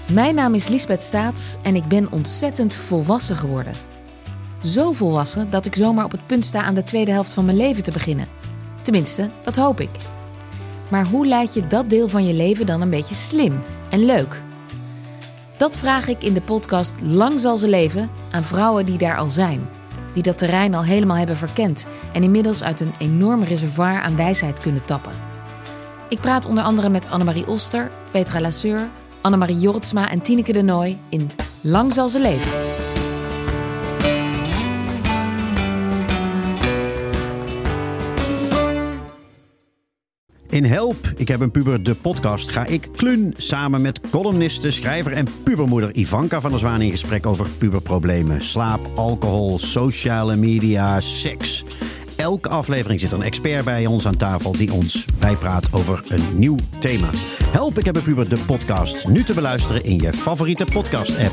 Mijn naam is Liesbeth Staats en ik ben ontzettend volwassen geworden. Zo volwassen dat ik zomaar op het punt sta aan de tweede helft van mijn leven te beginnen. Tenminste, dat hoop ik. Maar hoe leid je dat deel van je leven dan een beetje slim en leuk? Dat vraag ik in de podcast Lang zal ze leven aan vrouwen die daar al zijn. Die dat terrein al helemaal hebben verkend en inmiddels uit een enorm reservoir aan wijsheid kunnen tappen. Ik praat onder andere met Annemarie Oster, Petra Lasseur, Annemarie Jortsma en Tineke de Nooy in Lang zal ze leven. In Help, ik heb een puber, de podcast, ga ik Kluun samen met columniste, schrijver en pubermoeder Ivanka van der Zwaan in gesprek over puberproblemen. Slaap, alcohol, sociale media, seks. Elke aflevering zit een expert bij ons aan tafel die ons bijpraat over een nieuw thema. Help, ik heb een puber, de podcast. Nu te beluisteren in je favoriete podcast-app.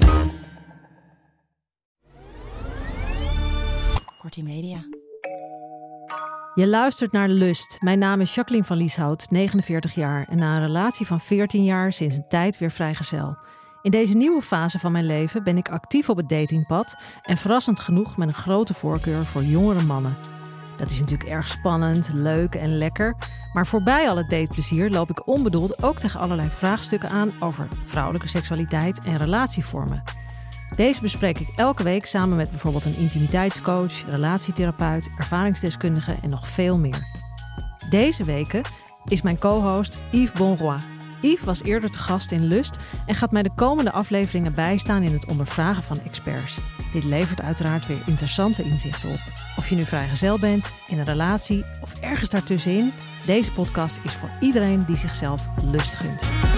Kortie Media. Je luistert naar Lust. Mijn naam is Jacqueline van Lieshout, 49 jaar en na een relatie van 14 jaar sinds een tijd weer vrijgezel. In deze nieuwe fase van mijn leven ben ik actief op het datingpad en verrassend genoeg met een grote voorkeur voor jongere mannen. Dat is natuurlijk erg spannend, leuk en lekker, maar voorbij al het dateplezier loop ik onbedoeld ook tegen allerlei vraagstukken aan over vrouwelijke seksualiteit en relatievormen. Deze bespreek ik elke week samen met bijvoorbeeld een intimiteitscoach, relatietherapeut, ervaringsdeskundige en nog veel meer. Deze weken is mijn co-host Yves Bonroy. Yves was eerder te gast in Lust en gaat mij de komende afleveringen bijstaan in het ondervragen van experts. Dit levert uiteraard weer interessante inzichten op. Of je nu vrijgezel bent, in een relatie of ergens daartussenin, deze podcast is voor iedereen die zichzelf lust gunt.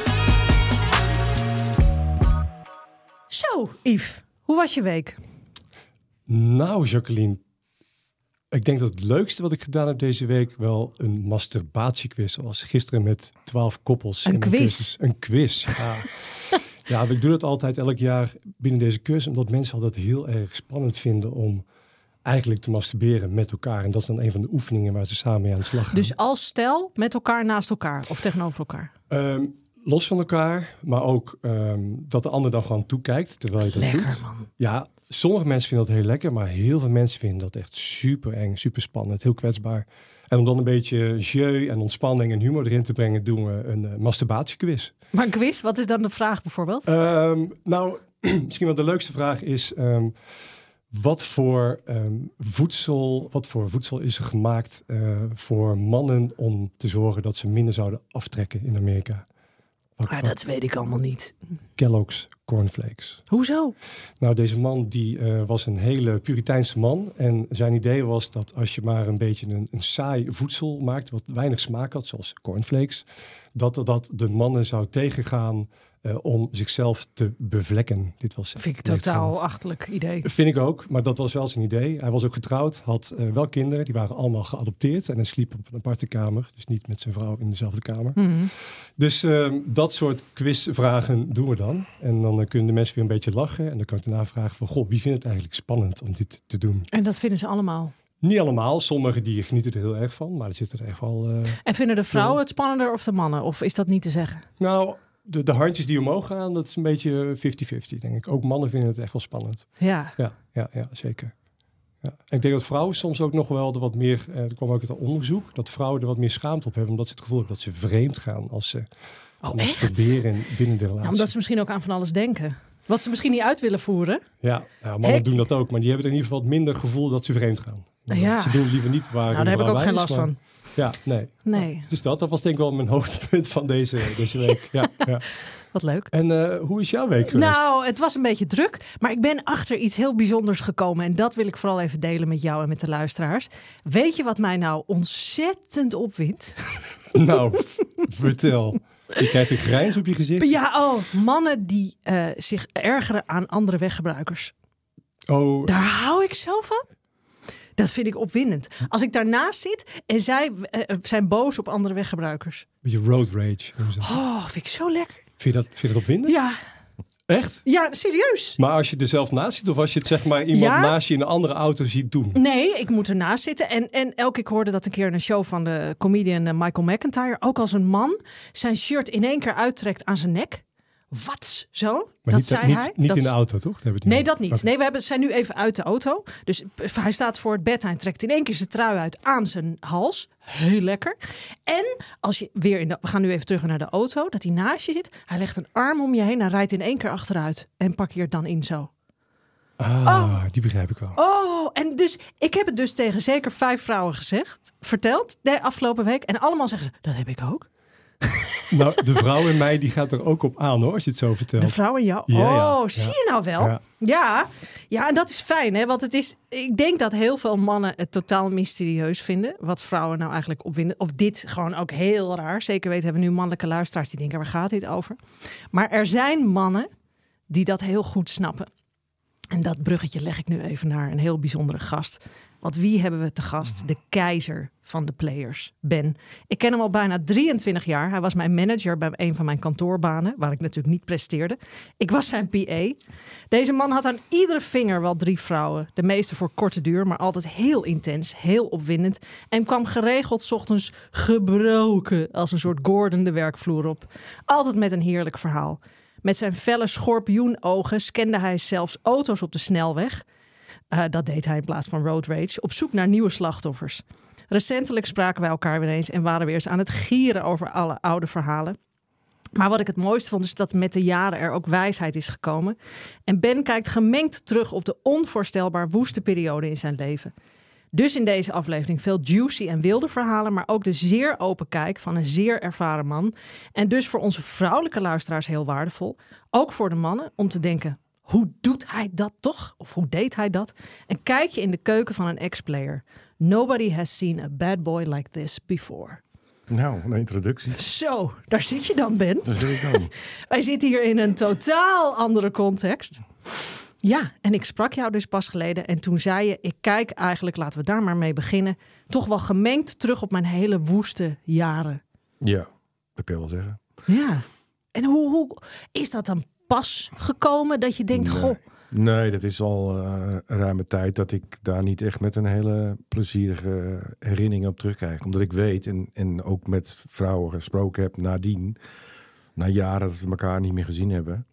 Zo, Yves, hoe was je week? Nou, Jacqueline, ik denk dat het leukste wat ik gedaan heb deze week wel een masturbatiequiz was. Gisteren met 12 koppels. Een quiz? Een quiz, ja. Ja, ik doe dat altijd elk jaar binnen deze cursus, omdat mensen altijd heel erg spannend vinden om eigenlijk te masturberen met elkaar. En dat is dan een van de oefeningen waar ze samen mee aan de slag gaan. Dus als stel met elkaar naast elkaar of tegenover elkaar? Los van elkaar, maar ook dat de ander dan gewoon toekijkt terwijl je dat lekker, doet. Man. Ja, sommige mensen vinden dat heel lekker, maar heel veel mensen vinden dat echt super eng, super spannend, heel kwetsbaar. En om dan een beetje jeu en ontspanning en humor erin te brengen, doen we een masturbatiequiz. Maar een quiz, wat is dan de vraag bijvoorbeeld? Nou, misschien wel de leukste vraag is, wat voor voedsel is er gemaakt voor mannen om te zorgen dat ze minder zouden aftrekken in Amerika? Dat weet ik allemaal niet. Kellogg's cornflakes. Hoezo? Nou, deze man die was een hele Puriteinse man. En zijn idee was dat als je maar een beetje een saai voedsel maakt, wat weinig smaak had, zoals cornflakes, dat de mannen zou tegengaan om zichzelf te bevlekken. Dit was vind ik totaal achterlijk idee. Vind ik ook, maar dat was wel zijn idee. Hij was ook getrouwd, had wel kinderen, die waren allemaal geadopteerd en hij sliep op een aparte kamer, dus niet met zijn vrouw in dezelfde kamer. Mm-hmm. Dus dat soort quizvragen doen we dan. En dan kunnen de mensen weer een beetje lachen en dan kan ik daarna vragen van, goh, wie vindt het eigenlijk spannend om dit te doen? En dat vinden ze allemaal? Niet allemaal, sommigen die genieten er heel erg van, maar er zitten er echt wel... En vinden de vrouwen het spannender of de mannen? Of is dat niet te zeggen? Nou, de handjes die omhoog gaan, dat is een beetje 50-50, denk ik. Ook mannen vinden het echt wel spannend. Ja. Ja, zeker. Ja. En ik denk dat vrouwen soms ook nog wel er wat meer... er kwam ook uit onderzoek, dat vrouwen er wat meer schaamte op hebben, omdat ze het gevoel hebben dat ze vreemd gaan als ze masturberen binnen de relatie. Ja, omdat ze misschien ook aan van alles denken. Wat ze misschien niet uit willen voeren. Ja, mannen doen dat ook, maar die hebben in ieder geval wat minder gevoel dat ze vreemd gaan. Ja. Ze doen liever niet waar. Nou, daar heb ik ook geen last van. Ja, nee. Nee. Dus dat was denk ik wel mijn hoogtepunt van deze week. Ja. Wat leuk. En hoe is jouw week geweest? Nou, het was een beetje druk, maar ik ben achter iets heel bijzonders gekomen. En dat wil ik vooral even delen met jou en met de luisteraars. Weet je wat mij nou ontzettend opwindt? Nou, vertel. Je krijgt een grijns op je gezicht. Ja, mannen die zich ergeren aan andere weggebruikers. Oh. Daar hou ik zo van. Dat vind ik opwindend. Als ik daarnaast zit en zij zijn boos op andere weggebruikers. Beetje road rage. Vind ik zo lekker. Vind je dat opwindend? Ja. Echt? Ja, serieus. Maar als je er zelf naast zit of als je het zeg maar iemand naast je in een andere auto ziet doen? Nee, ik moet ernaast zitten. En elke keer hoorde dat een keer in een show van de comedian Michael McIntyre. Ook als een man zijn shirt in één keer uittrekt aan zijn nek. wat zo? Maar dat zei hij. Niet dat in de auto, toch? Nee, dat niet. Okay. Nee, we zijn nu even uit de auto. Dus hij staat voor het bed. Hij trekt in één keer zijn trui uit aan zijn hals. Heel lekker. En als je weer we gaan nu even terug naar de auto. Dat hij naast je zit. Hij legt een arm om je heen en rijdt in één keer achteruit. En parkeert dan in zo. Die begrijp ik wel. Oh, en dus ik heb het dus tegen zeker 5 vrouwen verteld de afgelopen week. En allemaal zeggen ze, dat heb ik ook. Nou, de vrouw in mij die gaat er ook op aan hoor, als je het zo vertelt. De vrouw in jou? Zie je nou wel? Ja, en dat is fijn hè, want ik denk dat heel veel mannen het totaal mysterieus vinden. Wat vrouwen nou eigenlijk opwinden. Of dit gewoon ook heel raar. Zeker weten hebben we nu mannelijke luisteraars die denken, waar gaat dit over? Maar er zijn mannen die dat heel goed snappen. En dat bruggetje leg ik nu even naar een heel bijzondere gast. Want wie hebben we te gast? De keizer van de players, Ben. Ik ken hem al bijna 23 jaar. Hij was mijn manager bij een van mijn kantoorbanen, waar ik natuurlijk niet presteerde. Ik was zijn PA. Deze man had aan iedere vinger wel 3 vrouwen. De meeste voor korte duur, maar altijd heel intens, heel opwindend. En kwam geregeld 's ochtends gebroken als een soort Gordon de werkvloer op. Altijd met een heerlijk verhaal. Met zijn felle schorpioenogen scande hij zelfs auto's op de snelweg. Dat deed hij in plaats van road rage. Op zoek naar nieuwe slachtoffers. Recentelijk spraken wij elkaar weer eens en waren weer eens aan het gieren over alle oude verhalen. Maar wat ik het mooiste vond is dat met de jaren er ook wijsheid is gekomen. En Ben kijkt gemengd terug op de onvoorstelbaar woeste periode in zijn leven. Dus in deze aflevering veel juicy en wilde verhalen, maar ook de zeer open kijk van een zeer ervaren man. En dus voor onze vrouwelijke luisteraars heel waardevol. Ook voor de mannen om te denken, hoe doet hij dat toch? Of hoe deed hij dat? Een kijkje in de keuken van een ex-player. Nobody has seen a bad boy like this before. Nou, een introductie. Zo, daar zit je dan, Ben. Daar zit ik dan. Wij zitten hier in een totaal andere context. Ja, en ik sprak jou dus pas geleden en toen zei je, ik kijk eigenlijk, laten we daar maar mee beginnen, toch wel gemengd terug op mijn hele woeste jaren. Ja, dat kun je wel zeggen. Ja, en hoe is dat dan pas gekomen dat je denkt, goh. Nee, dat is al ruime tijd dat ik daar niet echt met een hele plezierige herinnering op terugkijk. Omdat ik weet en ook met vrouwen gesproken heb nadien, na jaren dat we elkaar niet meer gezien hebben,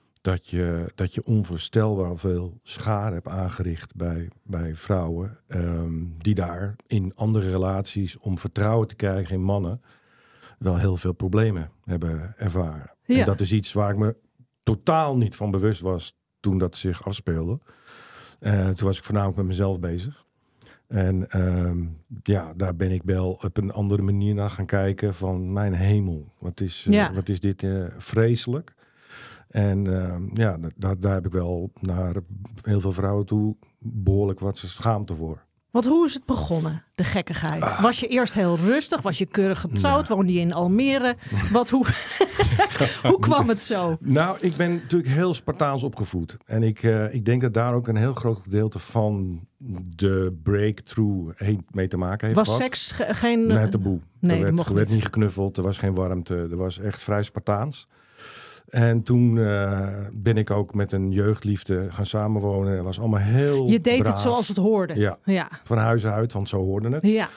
dat je onvoorstelbaar veel schade hebt aangericht bij vrouwen die daar in andere relaties om vertrouwen te krijgen in mannen wel heel veel problemen hebben ervaren. Ja. En dat is iets waar ik me totaal niet van bewust was toen dat zich afspeelde. Toen was ik voornamelijk met mezelf bezig. En daar ben ik wel op een andere manier naar gaan kijken van mijn hemel. Wat is dit vreselijk. En daar heb ik wel naar heel veel vrouwen toe behoorlijk wat schaamte voor. Want hoe is het begonnen, de gekkigheid? Was je eerst heel rustig? Was je keurig getrouwd? Woonde je in Almere? Hoe kwam het zo? Nou, ik ben natuurlijk heel Spartaans opgevoed. En ik denk dat daar ook een heel groot gedeelte van de breakthrough mee te maken heeft gehad. Was seks geen... Nee, taboe. Nee, er werd niet geknuffeld, er was geen warmte. Er was echt vrij Spartaans. En toen ben ik ook met een jeugdliefde gaan samenwonen. Het was allemaal heel Je deed braaf. Het zoals het hoorde. Ja, van huis uit, want zo hoorde het. Ja.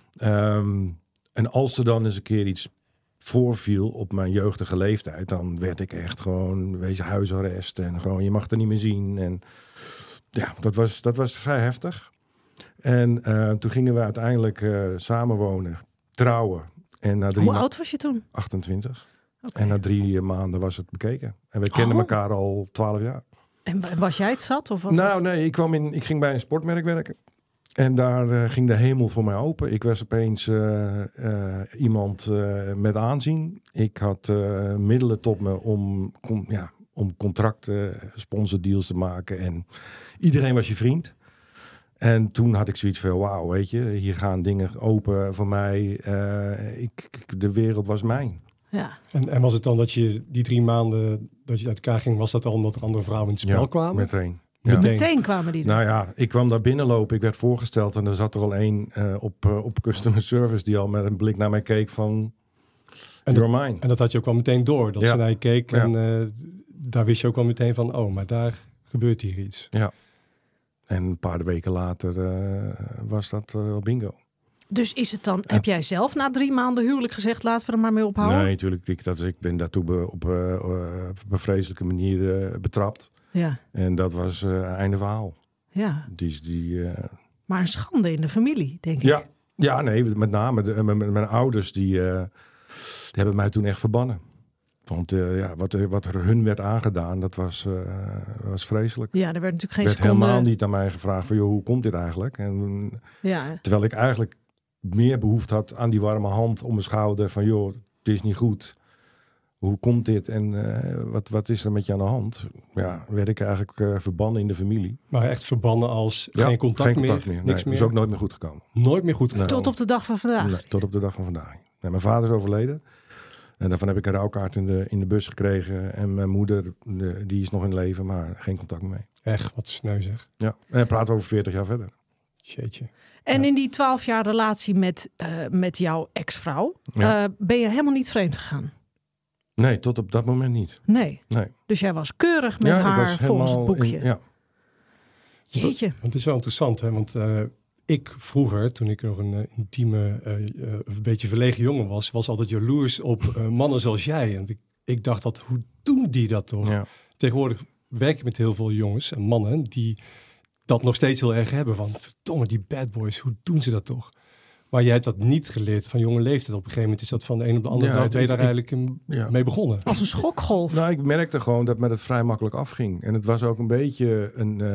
En als er dan eens een keer iets voorviel op mijn jeugdige leeftijd, dan werd ik echt gewoon, huisarrest. En gewoon, je mag er niet meer zien. En ja, dat was vrij heftig. En toen gingen we uiteindelijk samenwonen, trouwen. En na Hoe oud was je toen? 28. Okay. En na 3 maanden was het bekeken. En we kenden elkaar al 12 jaar. En was jij het zat? Of wat? Nou, nee, ik ging bij een sportmerk werken. En daar ging de hemel voor mij open. Ik was opeens iemand met aanzien. Ik had middelen tot me om contracten, sponsordeals te maken. En iedereen was je vriend. En toen had ik zoiets van, wauw, weet je, hier gaan dingen open voor mij. De wereld was mijn. Ja. En was het dan dat je die 3 maanden dat je uit elkaar ging, was dat al omdat er andere vrouwen in het spel kwamen? Meteen. Ja. Meteen kwamen die er. Nou ja, ik kwam daar binnenlopen. Ik werd voorgesteld en er zat er al één op customer service die al met een blik naar mij keek van, you're mine. En dat had je ook wel meteen door, dat ze naar je keek. En daar wist je ook wel meteen van, oh, maar daar gebeurt hier iets. Ja. En een paar weken later was dat bingo. Dus is het dan, heb jij zelf na 3 maanden huwelijk gezegd, laten we er maar mee ophouden? Nee, natuurlijk. Ik ben daartoe op een vreselijke manier betrapt. Ja. En dat was einde verhaal. Ja. Maar een schande in de familie, denk ik. Ja, nee, met name mijn ouders, die hebben mij toen echt verbannen. Want wat er hun werd aangedaan, dat was vreselijk. Ja, er werd natuurlijk geen werd seconde... helemaal niet aan mij gevraagd van, joh, hoe komt dit eigenlijk? En, Ja. terwijl ik eigenlijk meer behoefte had aan die warme hand om mijn schouder van, joh, het is niet goed. Hoe komt dit en wat is er met je aan de hand? Ja, werd ik eigenlijk verbannen in de familie. Maar echt verbannen als geen contact meer, niks Nee, meer? dat is ook nooit meer goed gekomen. Nooit meer goed gekomen? Tot op de dag van vandaag? Nee, tot op de dag van vandaag. Nee, mijn vader is overleden. En daarvan heb ik een rouwkaart in de bus gekregen. En mijn moeder, die is nog in leven, maar geen contact meer mee. Echt, wat sneu zeg. Ja, en dan praten we over 40 jaar verder. Jeetje. En in die 12 jaar relatie met jouw ex-vrouw... Ja. ben je helemaal niet vreemd gegaan? Nee, tot op dat moment niet. Nee. Nee. Dus jij was keurig met ik haar was volgens het helemaal boekje? ja. Jeetje. Want het is wel interessant, hè? Want ik vroeger, toen ik nog een intieme, een beetje verlegen jongen was altijd jaloers op mannen zoals jij. En ik dacht dat, hoe doen die dat toch? Ja. Tegenwoordig werk ik met heel veel jongens en mannen die dat nog steeds heel erg hebben. Van, verdomme, die bad boys, hoe doen ze dat toch? Maar jij hebt dat niet geleerd van jonge leeftijd. Op een gegeven moment is dat van de een op de andere dag ben je daar eigenlijk mee begonnen. Als een schokgolf. Nou, ik merkte gewoon dat me dat vrij makkelijk afging. En het was ook een beetje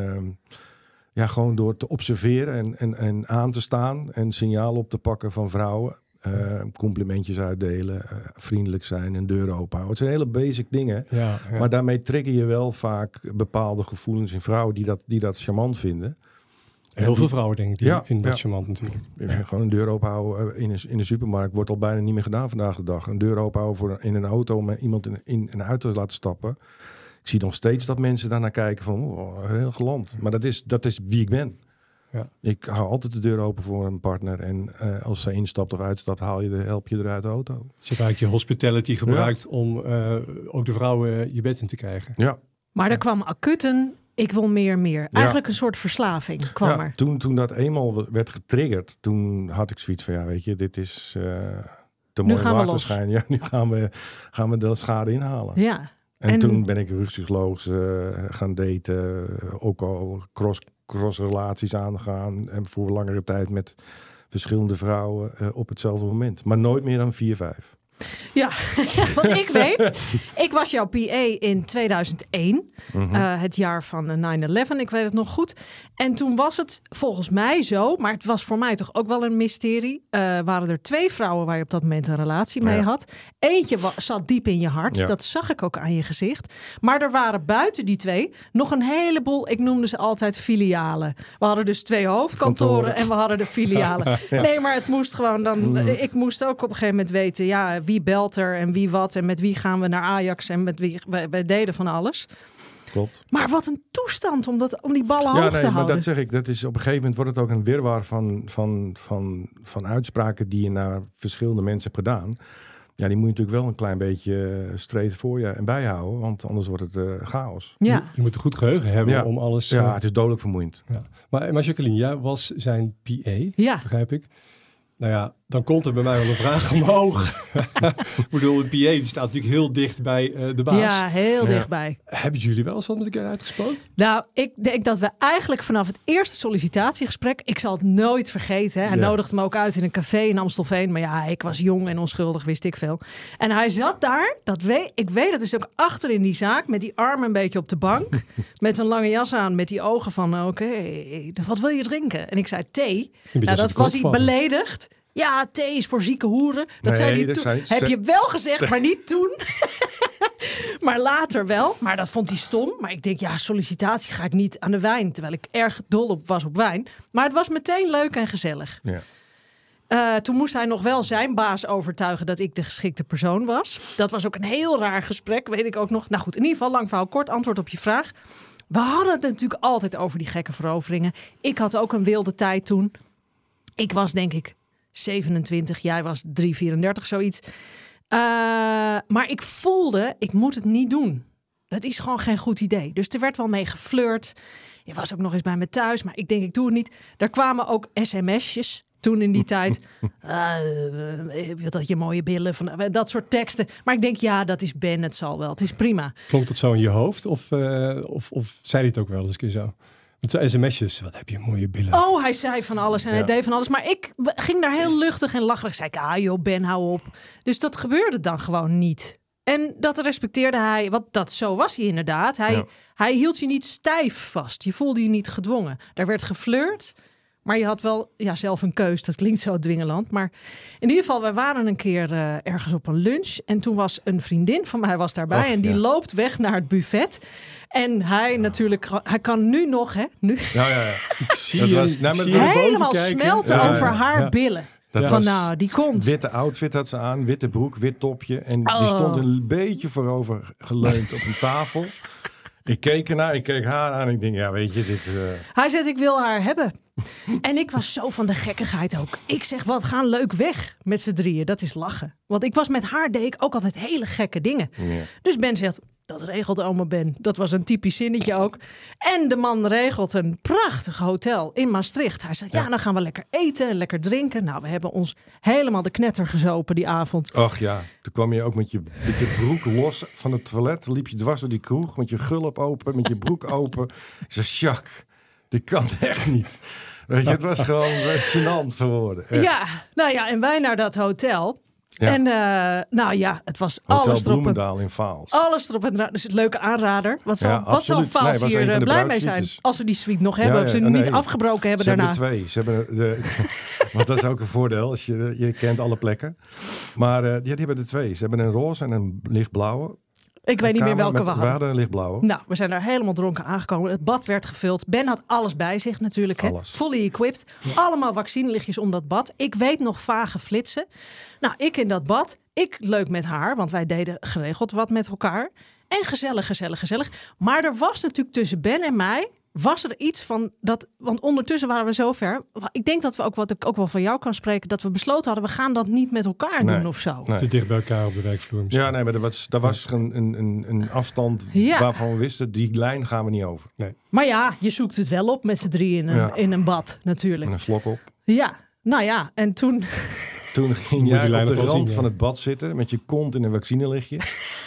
gewoon door te observeren en aan te staan en signaal op te pakken van vrouwen. Complimentjes uitdelen, vriendelijk zijn en deuren openhouden. Het zijn hele basic dingen. Ja. Maar daarmee trigger je wel vaak bepaalde gevoelens in vrouwen die dat charmant vinden. Heel veel vrouwen denk ik, die vinden dat charmant natuurlijk. Gewoon een deur openhouden in een supermarkt wordt al bijna niet meer gedaan vandaag de dag. Een deur openhouden in een auto om iemand in en uit te laten stappen. Ik zie nog steeds dat mensen daarnaar kijken van, heel geland. Maar dat is wie ik ben. Ja. Ik hou altijd de deur open voor een partner. En als ze instapt of uitstapt, help je eruit de auto. Dus je hebt eigenlijk je hospitality gebruikt om ook de vrouwen je bed in te krijgen. Ja. Maar er kwam acuut ik wil meer. Eigenlijk een soort verslaving kwam er. Toen dat eenmaal werd getriggerd, toen had ik zoiets van, ja, weet je, dit is te mooi waterschijn. Ja, nu gaan we de schade inhalen. Ja. En toen ben ik rugpsycholoog gaan daten, ook al cross relaties aangaan en voor langere tijd met verschillende vrouwen op hetzelfde moment. Maar nooit meer dan 4, 5. Ja, want ik weet, ik was jouw PA in 2001, het jaar van 9/11, ik weet het nog goed. En toen was het volgens mij zo, maar het was voor mij toch ook wel een mysterie. Waren er 2 vrouwen waar je op dat moment een relatie mee had. Eentje zat diep in je hart, dat zag ik ook aan je gezicht. Maar er waren buiten die 2 nog een heleboel, ik noemde ze altijd filialen. We hadden dus 2 hoofdkantoren en we hadden de filialen. Ja. Nee, maar het moest gewoon dan, ik moest ook op een gegeven moment weten, ja, wie belt er en wie wat en met wie gaan we naar Ajax en met wie wij deden van alles. Klopt. Maar wat een toestand om die ballen hoog te houden. Maar dat zeg ik. Dat is op een gegeven moment wordt het ook een wirwar van uitspraken die je naar verschillende mensen hebt gedaan. Ja, die moet je natuurlijk wel een klein beetje streed voor je en bijhouden, want anders wordt het chaos. Ja. Je moet een goed geheugen hebben om alles... Ja, het is dodelijk vermoeiend. Ja. Maar Jacqueline, jij was zijn PA, begrijp ik. Nou ja, dan komt er bij mij wel een vraag omhoog. Ik bedoel, een PA die staat natuurlijk heel dicht bij de baas. Ja, heel dichtbij. Hebben jullie wel eens wat met elkaar uitgesproken? Nou, ik denk dat we eigenlijk vanaf het eerste sollicitatiegesprek... Ik zal het nooit vergeten. Hè? Hij nodigde me ook uit in een café in Amstelveen. Maar ja, ik was jong en onschuldig, wist ik veel. En hij zat daar, ik weet het dus ook achter in die zaak... met die armen een beetje op de bank. Met een lange jas aan, met die ogen van... Oké, wat wil je drinken? En ik zei thee. Nou, dat was hij beledigd. Ja, thee is voor zieke hoeren. Dat zei hij toen. Heb je wel gezegd, maar niet toen. Maar later wel. Maar dat vond hij stom. Maar ik denk, ja, sollicitatie ga ik niet aan de wijn. Terwijl ik erg dol was op wijn. Maar het was meteen leuk en gezellig. Ja. Toen moest hij nog wel zijn baas overtuigen dat ik de geschikte persoon was. Dat was ook een heel raar gesprek, weet ik ook nog. Nou goed, in ieder geval, lang verhaal kort, antwoord op je vraag. We hadden het natuurlijk altijd over die gekke veroveringen. Ik had ook een wilde tijd toen. Ik was denk ik 27, jij was 34, zoiets. Maar ik voelde, ik moet het niet doen. Dat is gewoon geen goed idee. Dus er werd wel mee geflirt. Je was ook nog eens bij me thuis, maar ik denk, ik doe het niet. Er kwamen ook sms'jes toen in die tijd. Dat je mooie billen, van dat soort teksten. Maar ik denk, ja, dat is Ben, het zal wel. Het is prima. Klonk dat zo in je hoofd? Of zei hij het ook wel eens een keer zo? Met zo'n sms'jes, wat heb je mooie billen. Oh, hij zei van alles en hij deed van alles. Maar ik ging daar heel luchtig en lacherig. Zei ik, joh, Ben, hou op. Dus dat gebeurde dan gewoon niet. En dat respecteerde hij, want dat zo was hij inderdaad. Hij hield je niet stijf vast. Je voelde je niet gedwongen. Daar werd geflirt, maar je had wel zelf een keus. Dat klinkt zo dwingeland. Maar in ieder geval, wij waren een keer ergens op een lunch. En toen was een vriendin van mij daarbij. En die loopt weg naar het buffet. En hij natuurlijk, hij kan nu nog, hè? Nu. Ja. Ik zie je helemaal smelten over haar billen. Die kont. Witte outfit had ze aan, witte broek, wit topje. En die stond een beetje voorover geleund op een tafel. Ik keek ernaar, ik keek haar aan. Ik denk, weet je, dit... Hij zei, ik wil haar hebben. En ik was zo van de gekkigheid ook. Ik zeg, we gaan leuk weg met z'n drieën. Dat is lachen. Want ik was met haar, deed ik ook altijd hele gekke dingen. Ja. Dus Ben zegt, dat regelt oma Ben. Dat was een typisch zinnetje ook. En de man regelt een prachtig hotel in Maastricht. Hij zegt, dan gaan we lekker eten en lekker drinken. Nou, we hebben ons helemaal de knetter gezopen die avond. Ach ja, toen kwam je ook met je broek los van het toilet. Dan liep je dwars door die kroeg met je gulp open, met je broek open. Ik zeg, Jacques, dit kan echt niet. Weet je, het was gewoon gênant voor woorden. Ja, en wij naar dat hotel. Ja. En het was Hotel alles erop. Bloemendaal in Vaals. Alles erop en eraan. Dus het leuke aanrader. Wat zal Vaals hier blij mee zijn? Als we die suite nog hebben. Of ze niet afgebroken hebben daarna. Ze hebben er 2. Want dat is ook een voordeel. Als je kent alle plekken. Maar die hebben er 2. Ze hebben een roze en een lichtblauwe. Ik weet niet meer welke we hadden. We hadden een lichtblauwe. Nou, we zijn daar helemaal dronken aangekomen. Het bad werd gevuld. Ben had alles bij zich natuurlijk. Alles. Fully equipped. Ja. Allemaal vaccinelichtjes om dat bad. Ik weet nog vage flitsen. Nou, ik in dat bad. Ik leuk met haar, want wij deden geregeld wat met elkaar. En gezellig. Maar er was natuurlijk tussen Ben en mij... was er iets van dat... Want ondertussen waren we zo ver. Ik denk dat we ook, wat ik ook wel van jou kan spreken... dat we besloten hadden, we gaan dat niet met elkaar doen of zo. Nee. Te dicht bij elkaar op de werkvloer misschien. Ja, nee, maar er was een afstand waarvan we wisten... die lijn gaan we niet over. Nee. Maar je zoekt het wel op met z'n drie in een bad natuurlijk. En een slok op. Ja, en toen... Toen ging jij op de rand van het bad zitten... met je kont in een vaccinelichtje...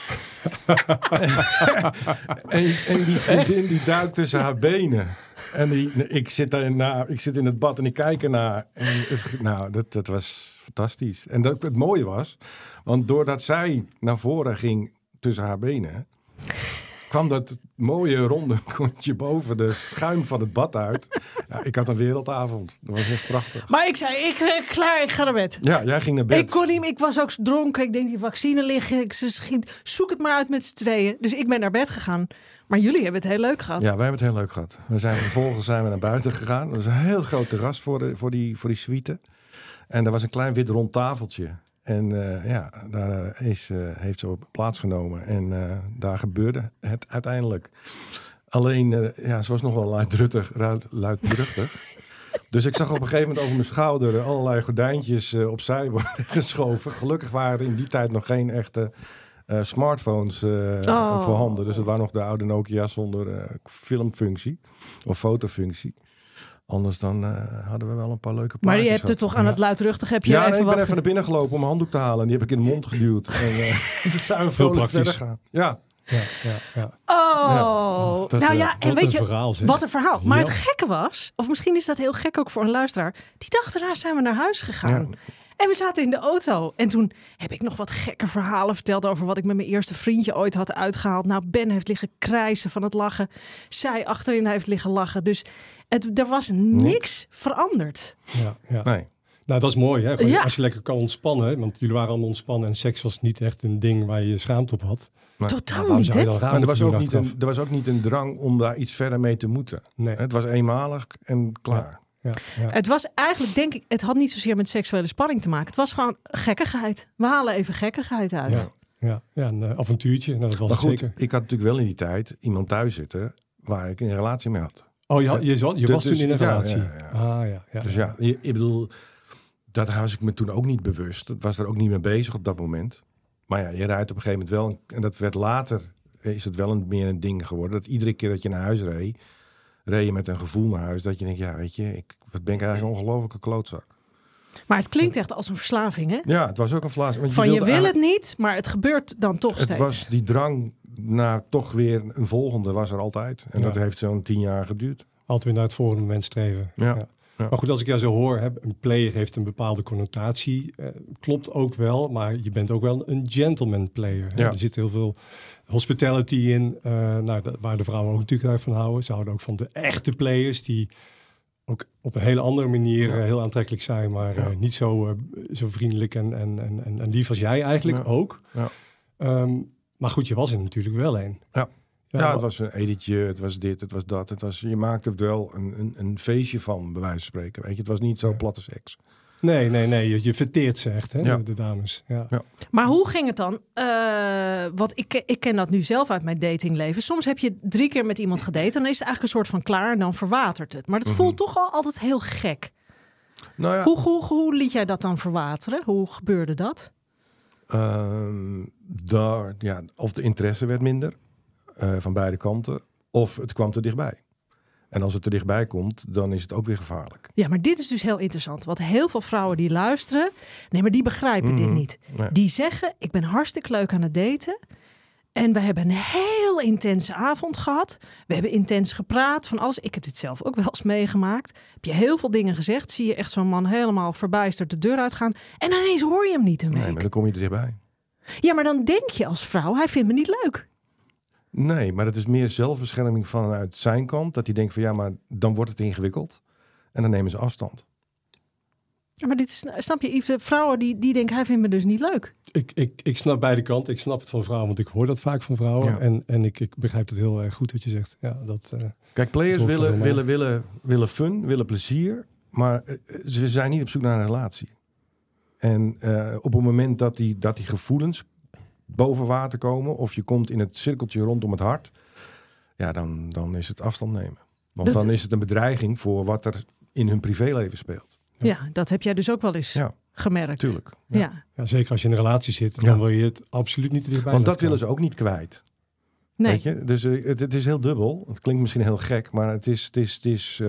en die vriendin die duikt tussen haar benen. En ik zit in het bad en ik kijk ernaar. En dat was fantastisch. En het mooie was, want doordat zij naar voren ging tussen haar benen... kwam dat mooie ronde kontje boven de schuim van het bad uit. Ja, ik had een wereldavond. Dat was echt prachtig. Maar ik zei, ik ga naar bed. Ja, jij ging naar bed. Ik kon niet, ik was ook dronken. Ik denk, die vaccine liggen. Zoek het maar uit met z'n tweeën. Dus ik ben naar bed gegaan. Maar jullie hebben het heel leuk gehad. Ja, wij hebben het heel leuk gehad. Vervolgens zijn we naar buiten gegaan. Dat is een heel groot terras voor die suite. En er was een klein wit rond tafeltje. En daar heeft ze op plaatsgenomen. En daar gebeurde het uiteindelijk. Alleen, ze was nog wel luidruchtig. Dus ik zag op een gegeven moment over mijn schouder... allerlei gordijntjes opzij worden geschoven. Gelukkig waren er in die tijd nog geen echte smartphones voorhanden. Dus het waren nog de oude Nokia zonder filmfunctie of fotofunctie. Anders dan hadden we wel een paar leuke plaatjes. Maar je hebt er toch aan het luidruchtig... heb je ik ben even naar binnen gelopen om een handdoek te halen. En die heb ik in de mond geduwd. En toen zijn we vrolijk verder gaan. Ja. Oh. En weet je, verhaal, wat een verhaal. Maar het gekke was... of misschien is dat heel gek ook voor een luisteraar... die dag daarna zijn we naar huis gegaan. Ja. En we zaten in de auto. En toen heb ik nog wat gekke verhalen verteld... over wat ik met mijn eerste vriendje ooit had uitgehaald. Nou, Ben heeft liggen krijsen van het lachen. Zij achterin heeft liggen lachen. Dus er was niks veranderd. Ja. Nee. Nou, dat is mooi, hè? Als je lekker kan ontspannen. Want jullie waren allemaal ontspannen. En seks was niet echt een ding waar je schaamte op had. Maar, totaal niet, hè? Maar er was ook niet een drang om daar iets verder mee te moeten. Nee. Het was eenmalig en klaar. Ja. Het was eigenlijk, denk ik, het had niet zozeer met seksuele spanning te maken. Het was gewoon gekkigheid. We halen even gekkigheid uit. Ja, een avontuurtje. Nou, dat was maar goed, zeker. Ik had natuurlijk wel in die tijd iemand thuis zitten waar ik een relatie mee had. Oh, je was toen in een relatie? Ja. Dus ik bedoel, dat was ik me toen ook niet bewust. Dat was er ook niet mee bezig op dat moment. Maar ja, je rijdt op een gegeven moment wel, en dat werd later, is het wel meer een ding geworden. Dat iedere keer dat je naar huis reed je met een gevoel naar huis. Dat je denkt, wat ben ik eigenlijk een ongelofelijke klootzak. Maar het klinkt echt als een verslaving, hè? Ja, het was ook een verslaving. Want Van je wil het niet, maar het gebeurt dan toch steeds. Het was die drang naar toch weer een volgende was er altijd. En dat heeft zo'n 10 jaar geduurd. Altijd weer naar het volgende moment streven. Ja. Maar goed, als ik jou zo hoor, een player heeft een bepaalde connotatie. Klopt ook wel, maar je bent ook wel een gentleman player. Ja. Er zit heel veel hospitality in, waar de vrouwen ook natuurlijk erg van houden. Ze houden ook van de echte players die ook op een hele andere manier heel aantrekkelijk zijn, maar niet zo vriendelijk en lief als jij eigenlijk ook. Ja. Maar goed, je was er natuurlijk wel een. Ja, het was een editje, het was dit, het was dat. Je maakte het wel een feestje van, bij wijze van spreken. Weet je, het was niet zo platte seks. Nee. Je verteert ze echt, hè, de dames. Ja. Maar hoe ging het dan? Want ik ken dat nu zelf uit mijn datingleven. Soms heb je 3 keer met iemand gedate en dan is het eigenlijk een soort van klaar en dan verwatert het. Maar het voelt toch al altijd heel gek. Nou ja. Hoe liet jij dat dan verwateren? Hoe gebeurde dat? Of de interesse werd minder. Van beide kanten. Of het kwam te dichtbij. En als het er dichtbij komt, dan is het ook weer gevaarlijk. Ja, maar dit is dus heel interessant. Want heel veel vrouwen die luisteren, maar die begrijpen dit niet. Nee. Die zeggen, ik ben hartstikke leuk aan het daten. En we hebben een heel intense avond gehad. We hebben intens gepraat van alles. Ik heb dit zelf ook wel eens meegemaakt. Heb je heel veel dingen gezegd. Zie je echt zo'n man helemaal verbijsterd de deur uitgaan. En ineens hoor je hem niet een week. Nee, maar dan kom je er dichtbij. Ja, maar dan denk je als vrouw, hij vindt me niet leuk. Nee, maar dat is meer zelfbescherming vanuit zijn kant. Dat hij denkt van maar dan wordt het ingewikkeld. En dan nemen ze afstand. Ja, maar dit is, snap je, Yves, de vrouwen die denken, hij vindt me dus niet leuk. Ik snap beide kanten. Ik snap het van vrouwen, want ik hoor dat vaak van vrouwen. Ja. En ik begrijp het heel erg goed wat je zegt. Ja, kijk, players willen fun, willen plezier. Maar ze zijn niet op zoek naar een relatie. En op het moment dat die gevoelens boven water komen, of je komt in het cirkeltje rondom het hart, ja, dan is het afstand nemen. Want dan is het een bedreiging voor wat er in hun privéleven speelt. Ja, dat heb jij dus ook wel eens gemerkt. Tuurlijk. Ja. Ja, zeker als je in een relatie zit, dan wil je het absoluut niet dichtbij. Want dat willen ze ook niet kwijt. Nee. Weet je? Dus het is heel dubbel. Het klinkt misschien heel gek, maar het is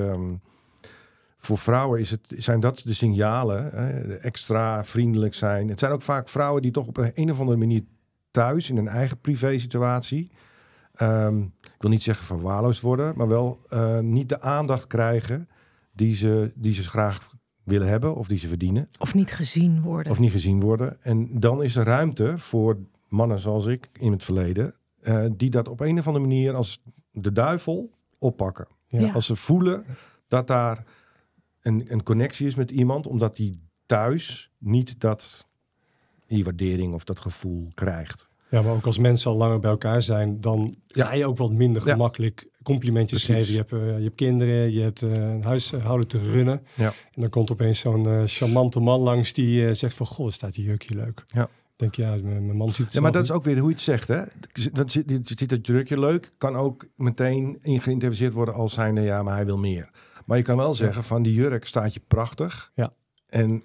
voor vrouwen zijn dat de signalen. Extra vriendelijk zijn. Het zijn ook vaak vrouwen die toch op een of andere manier thuis in een eigen privé situatie, ik wil niet zeggen verwaarloosd worden, maar wel niet de aandacht krijgen die ze graag willen hebben of die ze verdienen. Of niet gezien worden. En dan is er ruimte voor mannen zoals ik in het verleden, die dat op een of andere manier als de duivel oppakken. Ja. Als ze voelen dat daar een connectie is met iemand, omdat die thuis niet die waardering of dat gevoel krijgt. Ja, maar ook als mensen al langer bij elkaar zijn, dan ga je ook wat minder gemakkelijk complimentjes geven. Je hebt kinderen, je hebt een huishouden te runnen. Ja. En dan komt opeens zo'n charmante man langs die zegt van, goh, staat die jurkje leuk. Ja. Denk je, mijn man ziet het. Ja, maar dat is ook weer hoe je het zegt, hè? Dat ziet dat jurkje leuk, kan ook meteen geïnterpreteerd worden als zijnde, maar hij wil meer. Maar je kan wel zeggen, van die jurk staat je prachtig. Ja. En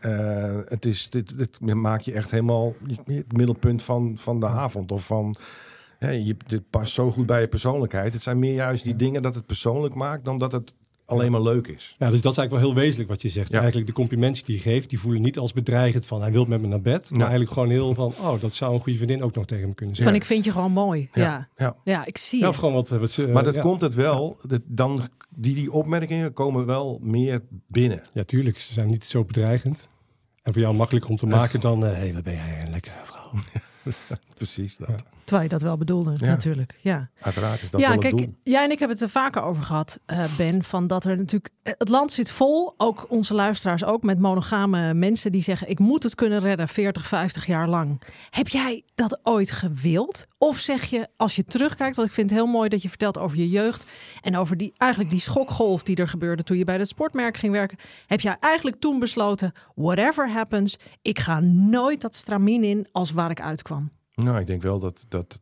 dit maakt je echt helemaal het middelpunt van de avond. Of van, dit past zo goed bij je persoonlijkheid. Het zijn meer juist die dingen dat het persoonlijk maakt dan dat het alleen maar leuk is. Ja, dus dat is eigenlijk wel heel wezenlijk wat je zegt. Ja. Eigenlijk de complimenten die je geeft, die voelen niet als bedreigend van hij wil met me naar bed. Maar eigenlijk gewoon heel van, dat zou een goede vriendin ook nog tegen me kunnen zeggen. Van ik vind je gewoon mooi. Ja, ik zie je. Gewoon maar dat komt het wel. Die opmerkingen komen wel meer binnen. Ja, tuurlijk. Ze zijn niet zo bedreigend. En voor jou makkelijker om te maken dan, wat ben jij een lekkere vrouw. Precies dat. Ja. Terwijl je dat wel bedoelde, natuurlijk. Ja. Uiteraard is dat wel het doel. Jij en ik hebben het er vaker over gehad, Ben, van dat er natuurlijk... Het land zit vol, ook onze luisteraars ook, met monogame mensen die zeggen, ik moet het kunnen redden 40, 50 jaar lang. Heb jij dat ooit gewild? Of zeg je, als je terugkijkt, want ik vind het heel mooi dat je vertelt over je jeugd en over die schokgolf die er gebeurde toen je bij het sportmerk ging werken. Heb jij eigenlijk toen besloten, whatever happens, ik ga nooit dat stramien in als waar ik uitkwam? Nou, ik denk wel dat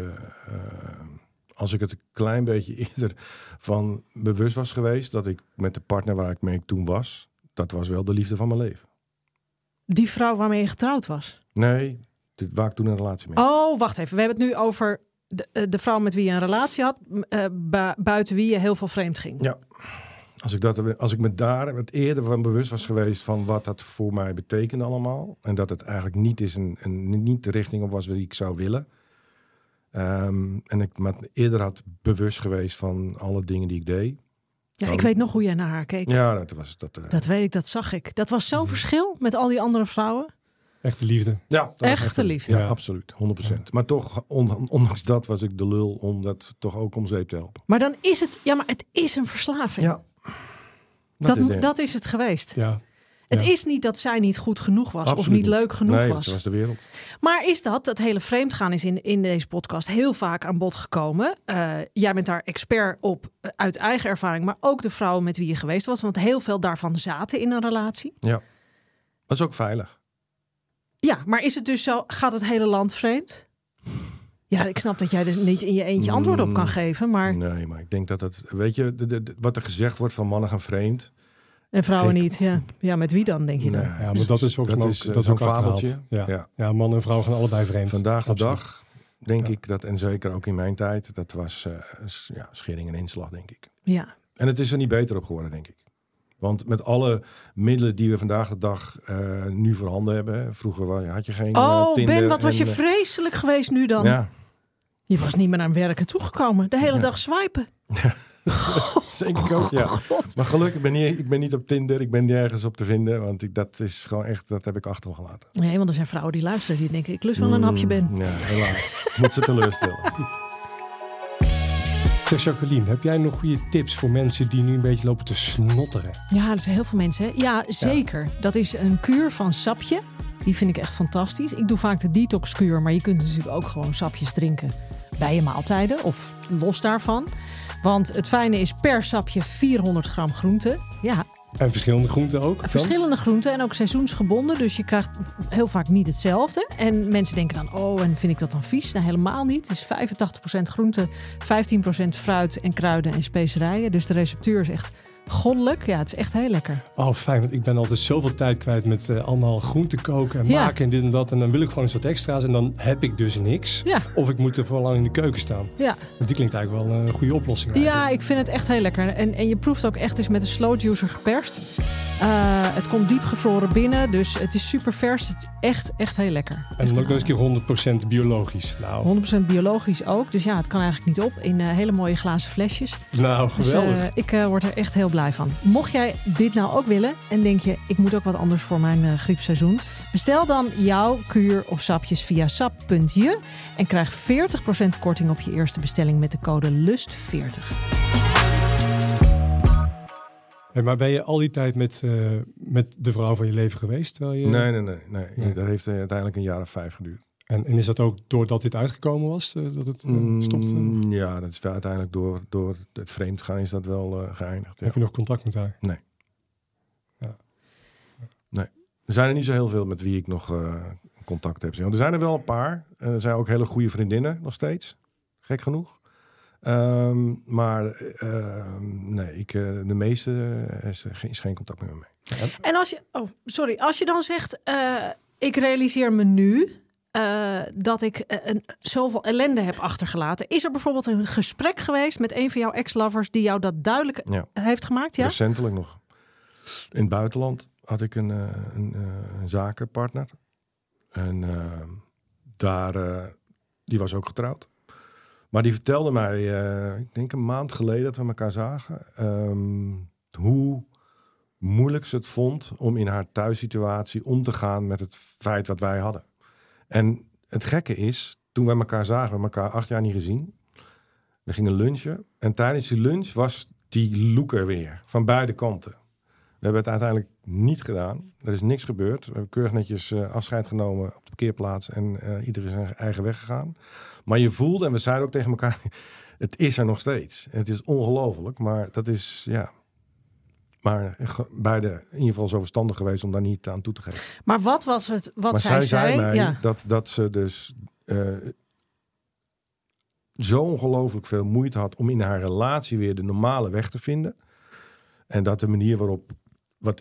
als ik het een klein beetje eerder van bewust was geweest, dat ik met de partner waar ik mee toen was, dat was wel de liefde van mijn leven. Die vrouw waarmee je getrouwd was? Nee, waar ik toen een relatie mee had. Oh, wacht even. We hebben het nu over de vrouw met wie je een relatie had, buiten wie je heel veel vreemd ging. Ja, Als ik me daar wat eerder van bewust was geweest van wat dat voor mij betekende allemaal. En dat het eigenlijk niet de richting op was die ik zou willen. En ik me eerder had bewust geweest van alle dingen die ik deed. Ja, ik weet nog hoe jij naar haar keek. Ja, dat was dat. Dat weet ik, dat zag ik. Dat was zo'n verschil met al die andere vrouwen. Echte liefde. Ja, Echte liefde. Ja, absoluut. 100%. Ja. Maar toch, ondanks dat was ik de lul om dat toch ook om zeep te helpen. Maar dan is het... Ja, maar het is een verslaving. Ja. Dat is het geweest. Ja. Het is niet dat zij niet goed genoeg was. Absoluut of niet leuk genoeg was. Nee, zo was de wereld. Maar is dat hele vreemdgaan is in deze podcast heel vaak aan bod gekomen. Jij bent daar expert op uit eigen ervaring. Maar ook de vrouwen met wie je geweest was. Want heel veel daarvan zaten in een relatie. Ja. Dat is ook veilig. Ja, maar is het dus zo, gaat het hele land vreemd? Ja, ik snap dat jij er niet in je eentje antwoord op kan geven, maar... Nee, maar ik denk dat het... Weet je, wat er gezegd wordt van mannen gaan vreemd... En vrouwen niet, ja. Ja, met wie dan, denk je dan? Ja, maar dat is ook zo'n fabeltje. Ja, man en vrouw gaan allebei vreemd. Vandaag de dag, denk ik, dat, en zeker ook in mijn tijd... dat was schering en inslag, denk ik. Ja. En het is er niet beter op geworden, denk ik. Want met alle middelen die we vandaag de dag nu voorhanden hebben... Vroeger had je geen Tinder. Ben, wat was je vreselijk geweest nu dan? Ja. Je was niet meer naar werken toegekomen. De hele dag swipen. Ja. Dat denk ik ook, ja. God. Maar gelukkig, ik ben niet op Tinder. Ik ben nergens op te vinden. Want dat is gewoon echt, dat heb ik achter me gelaten. Nee, want er zijn vrouwen die luisteren. Die denken, ik lust wel een hapje Ben. Ja, helaas. Moet ze teleurstellen. Zeg Jacqueline, heb jij nog goede tips voor mensen die nu een beetje lopen te snotteren? Ja, dat zijn heel veel mensen. Hè? Ja, zeker. Ja. Dat is een kuur van sapje. Die vind ik echt fantastisch. Ik doe vaak de detoxkuur, maar je kunt natuurlijk ook gewoon sapjes drinken bij je maaltijden of los daarvan. Want het fijne is per sapje 400 gram groente. Ja. En verschillende groenten ook? Verschillende groenten en ook seizoensgebonden. Dus je krijgt heel vaak niet hetzelfde. En mensen denken dan, en vind ik dat dan vies? Nou, helemaal niet. Het is 85% groente, 15% fruit en kruiden en specerijen. Dus de receptuur is echt goddelijk. Ja, het is echt heel lekker. Oh, fijn. Want ik ben altijd zoveel tijd kwijt met allemaal groenten koken en maken en dit en dat. En dan wil ik gewoon eens wat extra's en dan heb ik dus niks. Ja. Of ik moet er voor lang in de keuken staan. Ja. Want die klinkt eigenlijk wel een goede oplossing. Eigenlijk. Ja, ik vind het echt heel lekker. En je proeft ook echt eens met een slow juicer geperst. Het komt diep gevroren binnen, dus het is super vers. Het is echt heel lekker. En dan ook nog eens keer 100% biologisch. Nou. 100% biologisch ook. Dus ja, het kan eigenlijk niet op in hele mooie glazen flesjes. Nou, geweldig. Dus, ik word er echt heel blij van. Mocht jij dit nou ook willen en denk je, ik moet ook wat anders voor mijn griepseizoen. Bestel dan jouw kuur of sapjes via sap.je en krijg 40% korting op je eerste bestelling met de code LUST40. Maar ben je al die tijd met de vrouw van je leven geweest? Nee. Dat heeft uiteindelijk een jaar of 5 geduurd. En is dat ook doordat dit uitgekomen was, dat het stopte? Ja, dat is wel uiteindelijk door het vreemdgaan is dat wel geëindigd. Ja. Heb je nog contact met haar? Nee. Ja. Nee. Er zijn er niet zo heel veel met wie ik nog contact heb. Er zijn er wel een paar. Er zijn ook hele goede vriendinnen nog steeds. Gek genoeg. Maar de meeste is geen contact meer mee. Ja. En als je dan zegt, ik realiseer me nu dat ik zoveel ellende heb achtergelaten. Is er bijvoorbeeld een gesprek geweest met een van jouw ex-lovers die jou dat duidelijk heeft gemaakt? Ja? Recentelijk nog. In het buitenland had ik een zakenpartner. En die was ook getrouwd. Maar die vertelde mij, ik denk een maand geleden dat we elkaar zagen, hoe moeilijk ze het vond om in haar thuissituatie om te gaan met het feit wat wij hadden. En het gekke is, toen wij elkaar zagen, we hebben elkaar 8 jaar niet gezien. We gingen lunchen en tijdens die lunch was die look er weer, van beide kanten. We hebben het uiteindelijk niet gedaan. Er is niks gebeurd. We hebben keurig netjes afscheid genomen op de parkeerplaats en iedereen is zijn eigen weg gegaan. Maar je voelde, en we zeiden ook tegen elkaar, het is er nog steeds. Het is ongelooflijk, maar dat is, maar beide in ieder geval zo verstandig geweest om daar niet aan toe te geven. Maar wat was het, wat zij zei mij dat ze dus zo ongelooflijk veel moeite had om in haar relatie weer de normale weg te vinden. En dat de manier waarop wat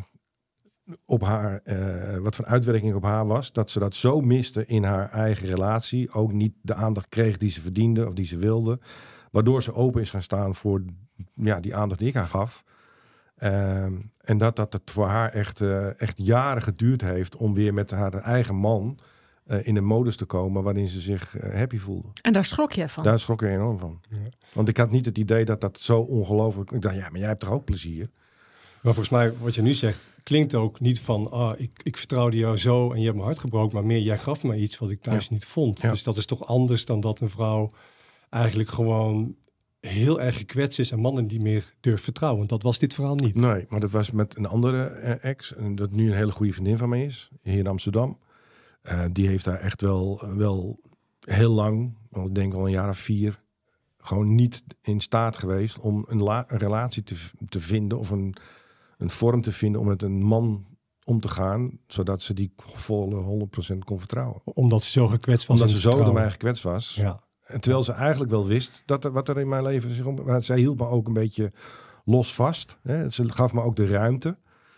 voor uitwerking op haar was, dat ze dat zo miste in haar eigen relatie, ook niet de aandacht kreeg die ze verdiende of die ze wilde, waardoor ze open is gaan staan voor die aandacht die ik haar gaf. En dat het voor haar echt jaren geduurd heeft om weer met haar eigen man in een modus te komen waarin ze zich happy voelde. En daar schrok je van? Daar schrok ik enorm van. Ja. Want ik had niet het idee dat zo ongelooflijk... Ik dacht, maar jij hebt toch ook plezier? Maar volgens mij, wat je nu zegt, klinkt ook niet van... ik vertrouwde jou zo en je hebt mijn hart gebroken. Maar meer, jij gaf me iets wat ik thuis niet vond. Ja. Dus dat is toch anders dan dat een vrouw eigenlijk gewoon heel erg gekwetst is... en mannen niet meer durft vertrouwen. Want dat was dit verhaal niet. Nee, maar dat was met een andere ex. En dat nu een hele goede vriendin van mij is. Hier in Amsterdam. Die heeft daar echt wel heel lang, ik denk al een jaar of 4... gewoon niet in staat geweest om een relatie te vinden... of een vorm te vinden om met een man om te gaan... zodat ze die volle 100% kon vertrouwen. Omdat ze zo gekwetst was. Omdat ze zo door mij gekwetst was. Ja. En terwijl ze eigenlijk wel wist wat er in mijn leven zich om... Maar zij hield me ook een beetje los vast. Hè. Ze gaf me ook de ruimte.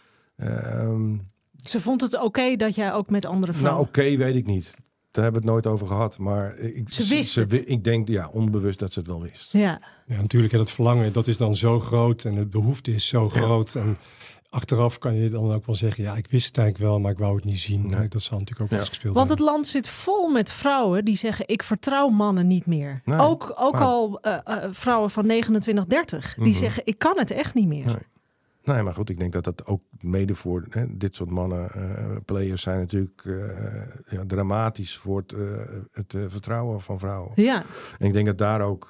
Ze vond het oké dat jij ook met andere vrouwen... Nou, oké, weet ik niet. Daar hebben we het nooit over gehad. Maar ze wist het. Ik denk, onbewust dat ze het wel wist. Ja, natuurlijk. En het verlangen, dat is dan zo groot. En de behoefte is zo groot. En achteraf kan je dan ook wel zeggen... ja, ik wist het eigenlijk wel, maar ik wou het niet zien. Nee. Dat zal natuurlijk ook wel eens gespeeld Want hebben. het land zit vol met vrouwen die zeggen... ik vertrouw mannen niet meer. Nee. Ook al vrouwen van 29, 30. Die zeggen, ik kan het echt niet meer. Nee, maar goed, ik denk dat dat ook mede voor dit soort mannen, players zijn natuurlijk dramatisch voor het vertrouwen van vrouwen. Ja. En ik denk dat daar ook,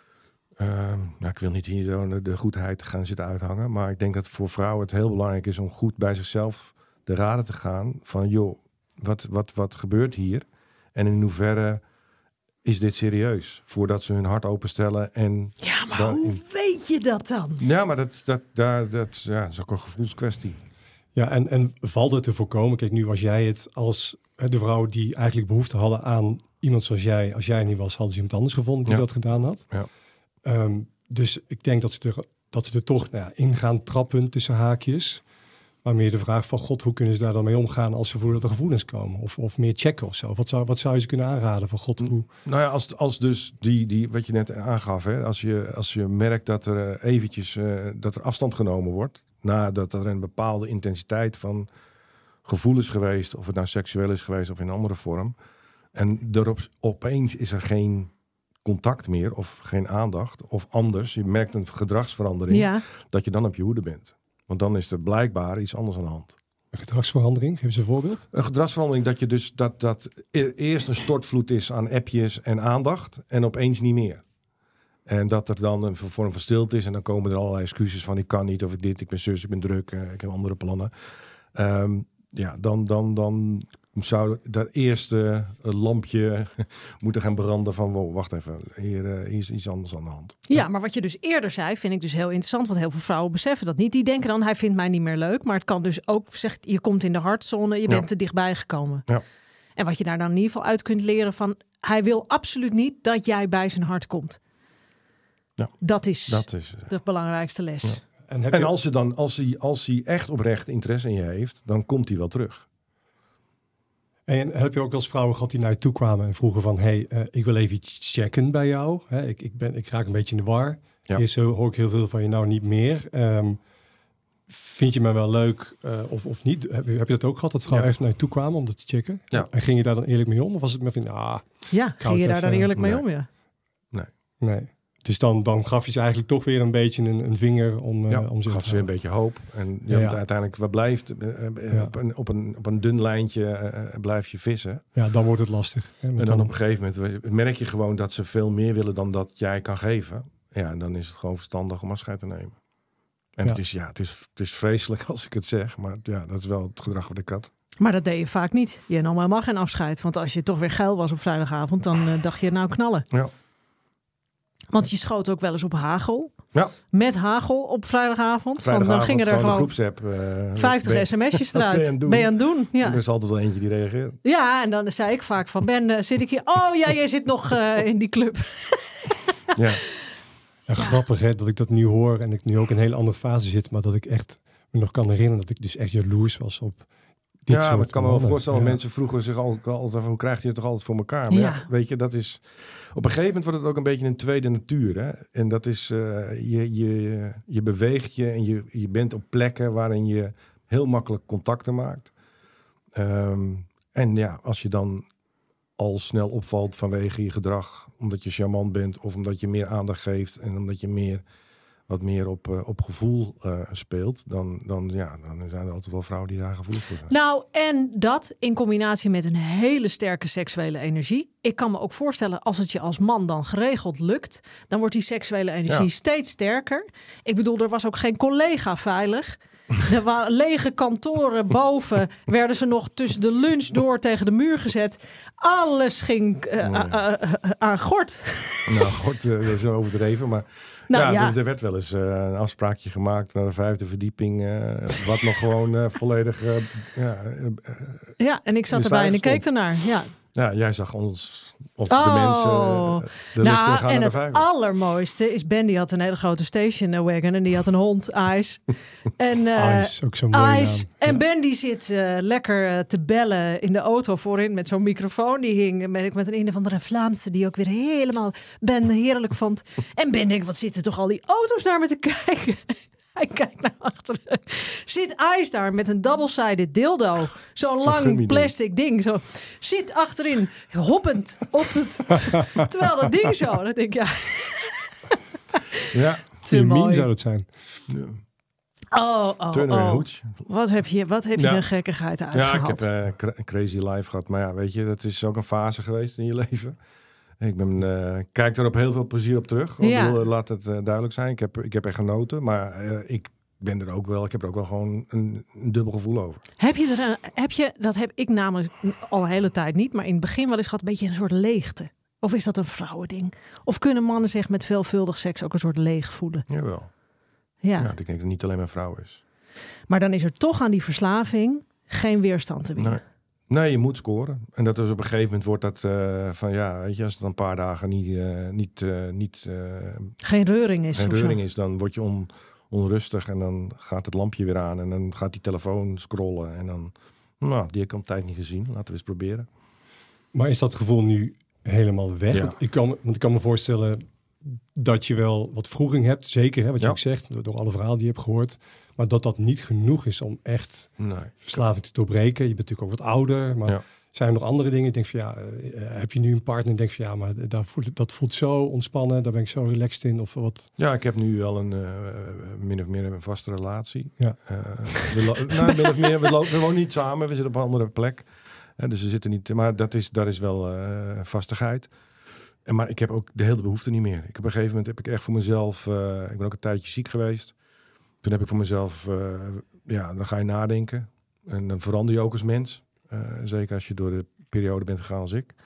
ik wil niet hier de goedheid gaan zitten uithangen, maar ik denk dat voor vrouwen het heel belangrijk is om goed bij zichzelf te raden te gaan van, joh, wat gebeurt hier? En in hoeverre is dit serieus? Voordat ze hun hart openstellen en... Ja, maar hoe weet je dat dan? Ja, maar dat is ook een gevoelskwestie. Ja, en valt het te voorkomen? Kijk, nu was jij het als de vrouw die eigenlijk behoefte hadden aan iemand zoals jij. Als jij er niet was, hadden ze iemand anders gevonden die dat gedaan had. Ja. Dus ik denk dat ze er toch in gaan trappen tussen haakjes. Maar meer de vraag van, God, hoe kunnen ze daar dan mee omgaan als ze voelen dat er gevoelens komen? Of meer checken of zo? Wat zou je ze kunnen aanraden van, God, hoe... Nou ja, als dus die wat je net aangaf, hè, als je merkt dat er eventjes dat er afstand genomen wordt, nadat er een bepaalde intensiteit van gevoel is geweest, of het nou seksueel is geweest of in een andere vorm, en opeens is er geen contact meer of geen aandacht, of anders, je merkt een gedragsverandering, dat je dan op je hoede bent. Want dan is er blijkbaar iets anders aan de hand. Een gedragsverandering? Geef eens een voorbeeld. Een gedragsverandering dat je dus dat eerst een stortvloed is aan appjes en aandacht en opeens niet meer. En dat er dan een vorm van stilte is en dan komen er allerlei excuses van ik kan niet of ik dit, ik ben zus, ik ben druk, ik heb andere plannen. Dan zou dat eerste lampje moeten gaan branden van wow, wacht even, hier is iets anders aan de hand. Ja, maar wat je dus eerder zei, vind ik dus heel interessant, want heel veel vrouwen beseffen dat niet. Die denken dan, hij vindt mij niet meer leuk, maar het kan dus ook, zegt, je komt in de hartzone, je bent te dichtbij gekomen. Ja. En wat je daar dan in ieder geval uit kunt leren van, hij wil absoluut niet dat jij bij zijn hart komt. Ja. Dat is de belangrijkste les. Ja. En als hij echt oprecht interesse in je heeft, dan komt hij wel terug. En heb je ook als vrouwen gehad die naar je toe kwamen en vroegen van, ik wil even iets checken bij jou. Ik raak een beetje in de war. Ja. Eerst hoor ik heel veel van je, nou niet meer. Vind je me wel leuk of niet? Heb je dat ook gehad, dat vrouwen echt naar je toe kwamen om dat te checken? Ja. En ging je daar dan eerlijk mee om? Of was het meer van, ging je daar dan eerlijk mee om? Ja. Nee. Dus dan gaf je ze eigenlijk toch weer een beetje een vinger om ze gaf ze een beetje hoop. En uiteindelijk wat blijft op een dun lijntje blijf je vissen. Ja, dan wordt het lastig. En dan op een gegeven moment merk je gewoon dat ze veel meer willen dan dat jij kan geven. Ja, en dan is het gewoon verstandig om afscheid te nemen. En het is vreselijk als ik het zeg, maar ja, dat is wel het gedrag wat ik had. Maar dat deed je vaak niet. Je nam helemaal geen afscheid. Want als je toch weer geil was op vrijdagavond, dan dacht je nou knallen. Ja. Want je schoot ook wel eens op hagel. Ja. Met hagel op vrijdagavond. Dan gingen er gewoon 50 sms'jes eruit. Ben je aan het doen? Ja. Er is altijd wel eentje die reageert. Ja, en dan zei ik vaak van Ben, zit ik hier? Oh ja, jij zit nog in die club. Ja. Ja, grappig hè, dat ik dat nu hoor en ik nu ook in een hele andere fase zit. Maar dat ik echt me nog kan herinneren dat ik dus echt jaloers was op Maar ik kan me wel voorstellen dat mensen vroegen zich altijd hoe krijg je het toch altijd voor elkaar? Maar ja, weet je, dat is... Op een gegeven moment wordt het ook een beetje een tweede natuur. Hè? En dat is, je beweegt je en je bent op plekken waarin je heel makkelijk contacten maakt. En ja, als je dan al snel opvalt vanwege je gedrag, omdat je charmant bent of omdat je meer aandacht geeft en omdat je wat meer op gevoel speelt, dan zijn er altijd wel vrouwen die daar gevoelig voor zijn. Nou, en dat in combinatie met een hele sterke seksuele energie. Ik kan me ook voorstellen, als het je als man dan geregeld lukt, dan wordt die seksuele energie steeds sterker. Ik bedoel, er was ook geen collega veilig. Er waren lege kantoren boven. Werden ze nog tussen de lunch door tegen de muur gezet. Alles ging aan gort. Nou, gort is overdreven, maar er werd wel eens een afspraakje gemaakt naar de 5e verdieping. Wat nog gewoon volledig... en ik zat erbij en ik keek ernaar. Ja, jij zag ons of de mensen de lift ingaan en naar de het 5e. allermooiste is Ben, die had een hele grote station wagon en die had een hond, Ice. En, Ice, ook zo'n mooie Ice. naam. En Ben die zit lekker te bellen in de auto voorin met zo'n microfoon. Die hing met een of andere Vlaamse die ook weer helemaal Ben heerlijk vond. En Ben denkt, wat zitten toch al die auto's naar me te kijken? Hij kijkt naar achteren. Zit Ice daar met een double-sided dildo. Zo'n lang plastic ding. Zo. Zit achterin, hoppend op het... Terwijl dat ding zo... Dan denk ik, ja, een meme zou het zijn. Ja. Turner en Hooch. Wat heb je een gekkigheid uitgehaald? Ja, ik heb een crazy life gehad. Maar ja, weet je, dat is ook een fase geweest in je leven. Ik kijk er op heel veel plezier op terug. Laat het duidelijk zijn. Ik heb echt genoten. Maar ik heb er ook wel gewoon een dubbel gevoel over. Dat heb ik namelijk al een hele tijd niet. Maar in het begin wel eens gehad een beetje een soort leegte. Of is dat een vrouwending? Of kunnen mannen zich met veelvuldig seks ook een soort leeg voelen? Jawel. Ja, ik denk dat het niet alleen maar vrouw is. Maar dan is er toch aan die verslaving geen weerstand te bieden. Nee, je moet scoren. En dat is op een gegeven moment wordt dat weet je, als het dan een paar dagen geen reuring is. Geen reuring is, dan word je onrustig en dan gaat het lampje weer aan en dan gaat die telefoon scrollen en dan, die heb ik al een tijd niet gezien. Laten we eens proberen. Maar is dat gevoel nu helemaal weg? Ja. Want ik kan me voorstellen dat je wel wat wroeging hebt, zeker, wat je ook zegt, door alle verhalen die je hebt gehoord. Maar dat niet genoeg is om echt verslaving te doorbreken. Je bent natuurlijk ook wat ouder, maar zijn er nog andere dingen? Ik denk van heb je nu een partner en denk van maar dat voelt zo ontspannen, daar ben ik zo relaxed in of wat? Ja, ik heb nu wel een min of meer een vaste relatie. Ja. We wonen niet samen, we zitten op een andere plek. Dus we zitten niet, maar daar is wel vastigheid. Maar ik heb ook de hele behoefte niet meer. Op een gegeven moment heb ik echt voor mezelf, ik ben ook een tijdje ziek geweest. Toen heb ik voor mezelf, dan ga je nadenken. En dan verander je ook als mens. Zeker als je door de periode bent gegaan als ik.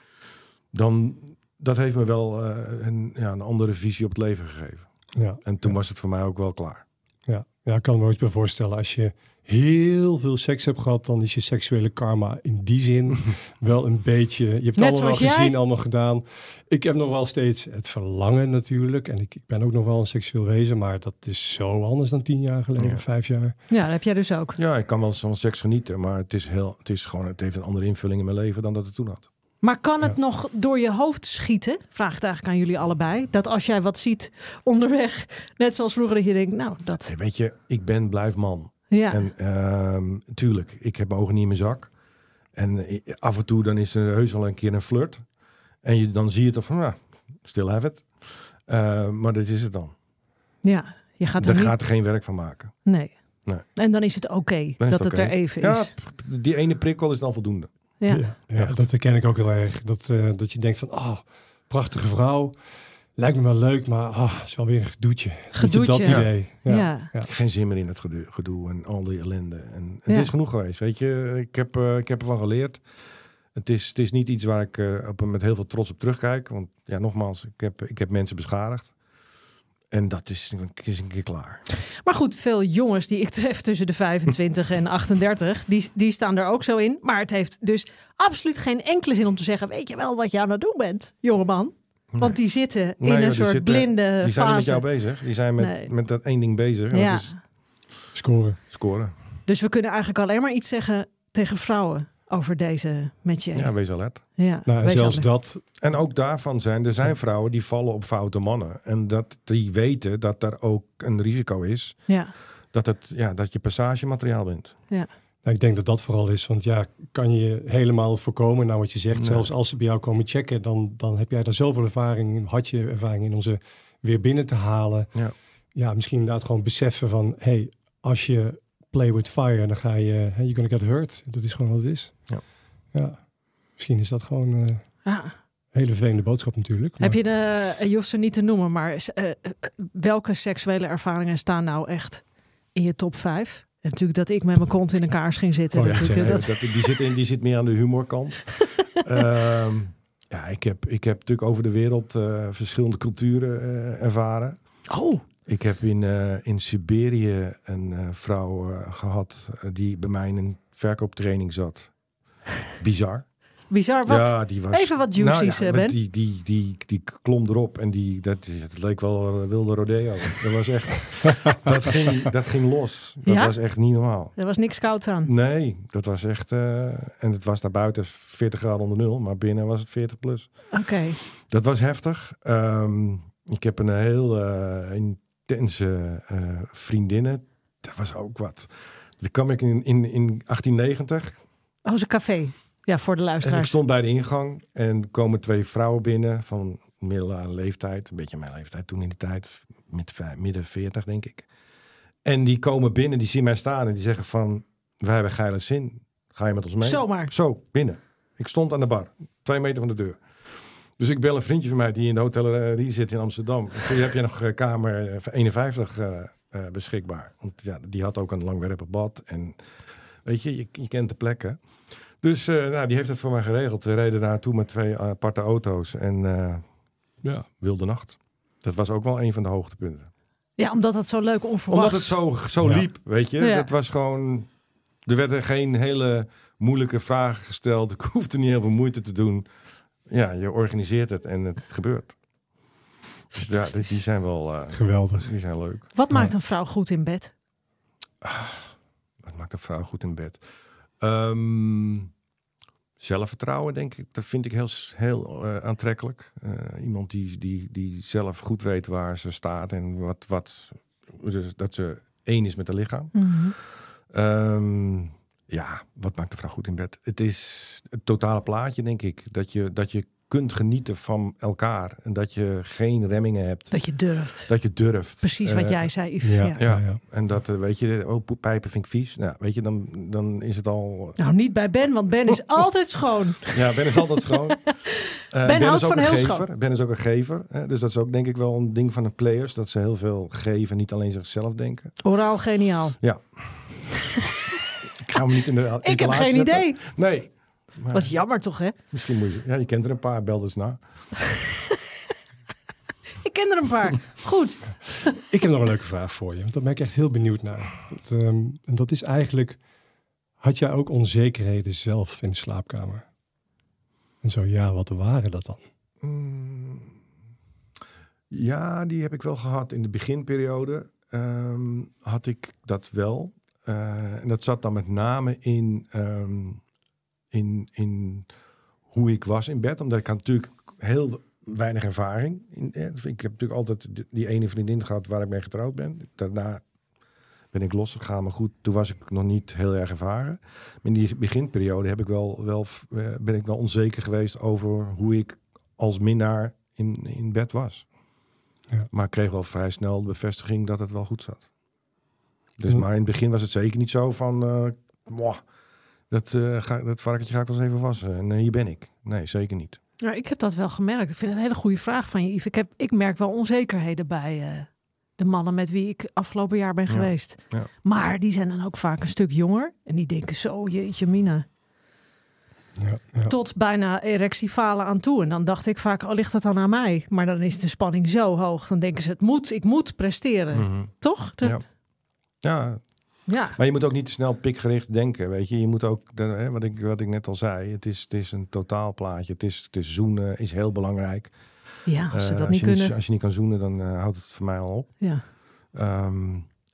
Dat heeft me wel een andere visie op het leven gegeven. Ja, en toen was het voor mij ook wel klaar. Ja, ik kan me ooit bij voorstellen. Als je heel veel seks hebt gehad, dan is je seksuele karma in die zin wel een beetje... Je hebt het allemaal wel gezien, allemaal gedaan. Ik heb nog wel steeds het verlangen natuurlijk. En ik ben ook nog wel een seksueel wezen, maar dat is zo anders dan 10 jaar geleden, 5 jaar. Ja, dat heb jij dus ook. Ja, ik kan wel van seks genieten, maar het heeft een andere invulling in mijn leven dan dat het toen had. Maar kan het nog door je hoofd schieten? Vraag het eigenlijk aan jullie allebei. Dat als jij wat ziet onderweg, net zoals vroeger, dat je denkt, dat... Weet je, ik blijf man. Ja. En tuurlijk, ik heb mijn ogen niet in mijn zak. En af en toe dan is er heus wel een keer een flirt. En dan zie je toch van, still have it. Maar dat is het dan. Ja, je gaat Daar gaat er geen werk van maken. Nee. En dan is het oké dat het er even is. Ja, die ene prikkel is dan voldoende. Ja, dat herken ik ook heel erg. Dat je denkt van, prachtige vrouw. Lijkt me wel leuk, maar het is wel weer een gedoetje. Dat idee. Ja. Geen zin meer in het gedoe en al die ellende. En het is genoeg geweest, weet je. Ik heb ervan geleerd. Het is niet iets waar ik met heel veel trots op terugkijk. Want nogmaals, ik heb mensen beschadigd. En dat is een keer klaar. Maar goed, veel jongens die ik tref tussen de 25 en 38, die staan er ook zo in. Maar het heeft dus absoluut geen enkele zin om te zeggen, weet je wel wat je aan het doen bent, jongeman? Want die zitten in een soort blinde fase. Die zijn niet met jou bezig. Die zijn met dat één ding bezig. Ja. Dat is scoren. Scoren. Dus we kunnen eigenlijk alleen maar iets zeggen, tegen vrouwen over deze metier? Ja, wees alert. Ja, Nou, en wees zelfs alert. dat... En ook daarvan er zijn vrouwen die vallen op foute mannen. En dat die weten dat daar ook een risico is. Ja, Dat je passagemateriaal bent. ja. Nou, ik denk dat dat vooral is. Want ja, kan je helemaal het voorkomen? Nou, wat je zegt, Nee. zelfs als ze bij jou komen checken... dan heb jij daar zoveel ervaring, had je ervaring in om ze weer binnen te halen. Ja. Ja, misschien inderdaad gewoon beseffen van... hey, als je play with fire, dan ga je... you're gonna get hurt. Dat is gewoon wat het is. Ja. Misschien is dat gewoon een hele vervelende boodschap natuurlijk. Maar... Heb je je hoeft ze niet te noemen, maar welke seksuele ervaringen staan nou echt in je top 5? En natuurlijk dat ik met mijn kont in een kaars ging zitten. Oh, ja, natuurlijk, zeker. Die zit meer aan de humorkant. Ik heb natuurlijk over de wereld verschillende culturen ervaren. Oh, Ik heb in Siberië een vrouw gehad die bij mij in een verkooptraining zat. Bizar. bizar. Wat? Ja, die was, Even wat juicies, Ben. Die klom erop en het leek wel wilde rodeo. Dat was echt, dat ging los. Dat Ja? was echt niet normaal. Er was niks kouds aan. Nee, dat was echt... en het was daar buiten 40 graden onder nul, maar binnen was het 40 plus. Oké. Dat was heftig. Ik heb een heel intense vriendinnen. Dat was ook wat. Dan kwam ik in 1890... Oh, is een café. Ja, voor de En ik luisteraars. stond bij de ingang en komen 2 vrouwen binnen van middelbare leeftijd. Een beetje mijn leeftijd toen in die tijd. Midden 40 denk ik. En die komen binnen, die zien mij staan en die zeggen van... Wij hebben geile zin. Ga je met ons mee? Zomaar. Zo, binnen. Ik stond aan de bar. 2 meter van de deur. Dus ik bel een vriendje van mij die in de hotellerie zit in Amsterdam. Ik zeg, heb je nog kamer 51 beschikbaar? Want ja, die had ook een langwerpig bad. En weet je kent de plekken. Dus die heeft het voor mij geregeld. We reden daar naartoe met 2 aparte auto's. En wilde nacht. Dat was ook wel een van de hoogtepunten. Ja, omdat het zo leuk onverwachts. Omdat het zo liep, weet je. Ja. Het was gewoon... Er werden geen hele moeilijke vragen gesteld. Ik hoefde niet heel veel moeite te doen. Ja, je organiseert het en het gebeurt. Dus ja, die zijn wel... Geweldig. Die zijn leuk. Wat maakt een vrouw goed in bed? Wat maakt een vrouw goed in bed? Zelfvertrouwen, denk ik. Dat vind ik heel aantrekkelijk. Iemand die zelf goed weet waar ze staat en dat ze één is met haar lichaam. Mm-hmm. Wat maakt een vrouw goed in bed? Het is het totale plaatje, denk ik. Dat je kunt genieten van elkaar en dat je geen remmingen hebt. Dat je durft. Precies wat jij zei, Yves. Ja. En dat, weet je, pijpen vind ik vies. Nou, weet je, dan is het al... Nou, niet bij Ben, want Ben is altijd schoon. Ja, Ben is altijd schoon. Ben houdt van heel schoon. Ben is ook een gever. Dus dat is ook denk ik wel een ding van de players. Dat ze heel veel geven, niet alleen zichzelf denken. Oraal geniaal. Ja. Ik ga hem niet in de Ik heb geen zetten. idee. Nee. Maar Wat jammer toch, hè? misschien moet je... Ja, je kent er een paar. Bel dus na. Ik ken er een paar. Goed. Ik heb nog een leuke vraag voor je. Want daar ben ik echt heel benieuwd naar. En dat is eigenlijk... Had jij ook onzekerheden zelf in de slaapkamer? En zo ja, wat waren dat dan? Ja, die heb ik wel gehad. In de beginperiode had ik dat wel. En dat zat dan met name in hoe ik was in bed. Omdat ik had natuurlijk heel weinig ervaring. Ik heb natuurlijk altijd die ene vriendin gehad waar ik mee getrouwd ben. Daarna ben ik losgegaan. Maar goed, toen was ik nog niet heel erg ervaren. In die beginperiode heb ik ben ik wel onzeker geweest over hoe ik als minnaar in bed was. Ja. Maar ik kreeg wel vrij snel de bevestiging dat het wel goed zat. Dus, maar in het begin was het zeker niet zo van... dat varkentje ga ik wel eens even wassen. En hier ben ik. Nee, zeker niet. Nou, ik heb dat wel gemerkt. Ik vind het een hele goede vraag van je, Yves. Ik merk wel onzekerheden bij de mannen met wie ik afgelopen jaar ben geweest. Ja. Maar die zijn dan ook vaak een stuk jonger. En die denken zo, jeetje mina. Ja. Tot bijna erectiefalen aan toe. En dan dacht ik vaak, ligt dat dan aan mij? Maar dan is de spanning zo hoog. Dan denken ze, ik moet presteren. Mm-hmm. Toch? Ja. Ja. Maar je moet ook niet te snel pikgericht denken, weet je. Je moet ook, wat ik net al zei, het is een totaalplaatje. Het is zoenen is heel belangrijk. Ja, als ze dat niet kunnen. Als je niet kan zoenen, dan houdt het voor mij al op. Ja.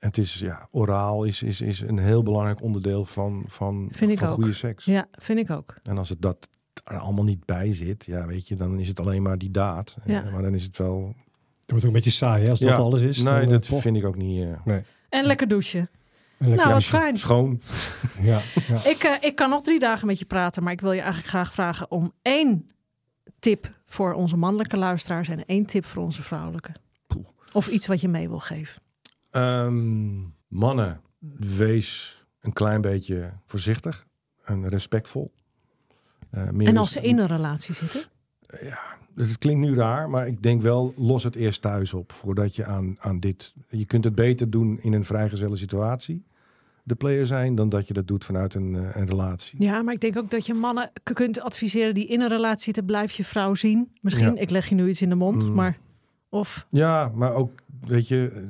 Het is, oraal is een heel belangrijk onderdeel van goede seks. Ja, vind ik ook. En als het dat er allemaal niet bij zit, weet je, dan is het alleen maar die daad. Ja. Maar dan is het wel... Het wordt ook een beetje saai, hè, als dat alles is. Nee, dat vind ik ook niet. Nee. En lekker douchen. Nou, wat fijn. Schoon. Ja. Ik kan nog 3 dagen met je praten, maar ik wil je eigenlijk graag vragen om 1 tip voor onze mannelijke luisteraars en 1 tip voor onze vrouwelijke. Poeh. Of iets wat je mee wil geven. Mannen, wees een klein beetje voorzichtig en respectvol. En als ze in een relatie zitten? Ja, dus het klinkt nu raar, maar ik denk wel, los het eerst thuis op voordat je aan dit... Je kunt het beter doen in een vrijgezelle situatie, de player zijn, dan dat je dat doet vanuit een relatie. Ja, maar ik denk ook dat je mannen kunt adviseren die in een relatie zitten, blijf je vrouw zien. Misschien, ik leg je nu iets in de mond, maar... Of... Ja, maar ook, weet je...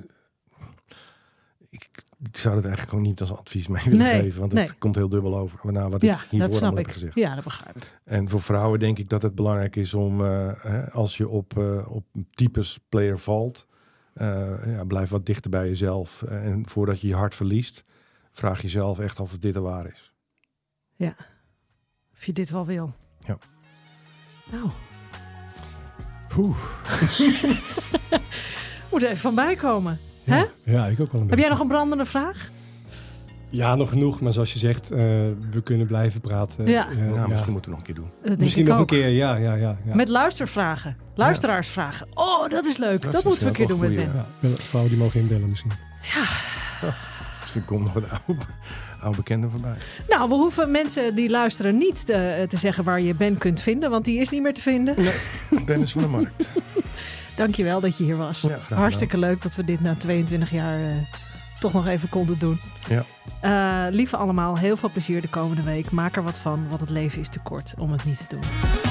Ik zou het eigenlijk ook niet als advies mee willen geven. Want het komt heel dubbel over. Naar wat ik hiervoor al heb gezegd. Ja, dat begrijp ik. En voor vrouwen denk ik dat het belangrijk is om... als je op types player valt... blijf wat dichter bij jezelf. En voordat je je hart verliest... vraag jezelf echt af of dit er waar is. Ja. Of je dit wel wil. Ja. Nou. Moet er even van bijkomen. Ja. Hè? Ja, ik ook wel een beetje. Heb jij nog een brandende vraag? Ja, nog genoeg. Maar zoals je zegt, we kunnen blijven praten. Misschien moeten we nog een keer doen. Misschien nog een keer, ja. Met luistervragen. Luisteraarsvragen. Oh, dat is leuk. Dat moeten we een keer doen met Ben. Ja, vrouwen die mogen inbellen misschien. Ja. Misschien komt nog een oude bekende voorbij. Nou, we hoeven mensen die luisteren niet te zeggen waar je Ben kunt vinden. Want die is niet meer te vinden. Nee, Ben is van de markt. Dankjewel dat je hier was. Ja, hartstikke leuk dat we dit na 22 jaar toch nog even konden doen. Ja. Lieve allemaal, heel veel plezier de komende week. Maak er wat van, want het leven is te kort om het niet te doen.